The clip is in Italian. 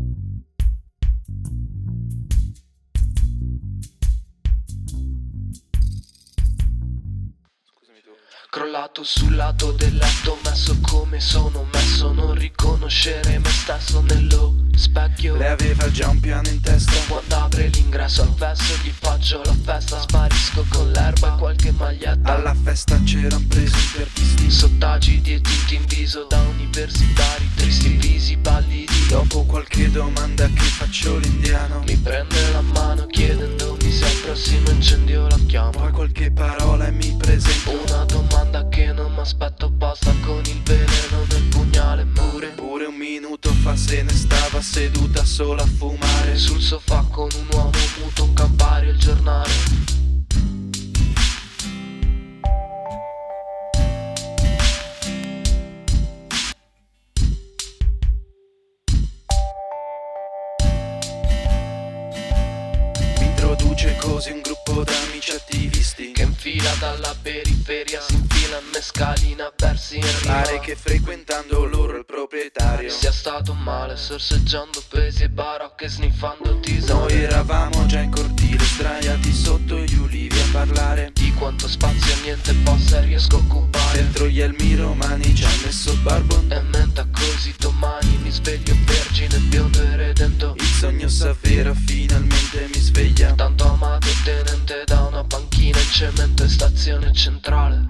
Crollato sul lato del letto, messo come sono messo, non riconoscere me stesso nello specchio. Lei aveva già un piano in testa. Quando apre l'ingresso al fesso gli faccio la festa, sparisco con l'erba e qualche maglietta. Alla festa c'eran preso intervisti, sottagiti e tinti in viso da universitari, tristi visi pallidi. Dopo qualche domanda che faccio l'indiano, mi prende la mano chiedendomi se al prossimo incendio la chiamo. poi qualche parola e mi presento. Una domanda che non m'aspetto basta con il veleno nel pugnale. Pure un minuto fa se ne stava seduta sola a fumare sul sofà con un uomo muto, un campare e il giornale. Introduce così un gruppo d'amici attivisti che infila dalla periferia, si infila in mescalina versi in rima. Pare che frequentando loro il proprietario sia stato male, sorseggiando pesi e barocche, sniffando tisane. Noi eravamo già in cortile, sdraiati sotto gli ulivi a parlare di quanto spazio e niente possa riesco a occupare. Dentro gli elmi romani ci ha messo barbon e menta così domani mi sveglio vergine, biondo e redento. Il sogno s'avvera, finalmente mi sveglia. Tanto amato tenente da una banchina in cemento e stazione centrale.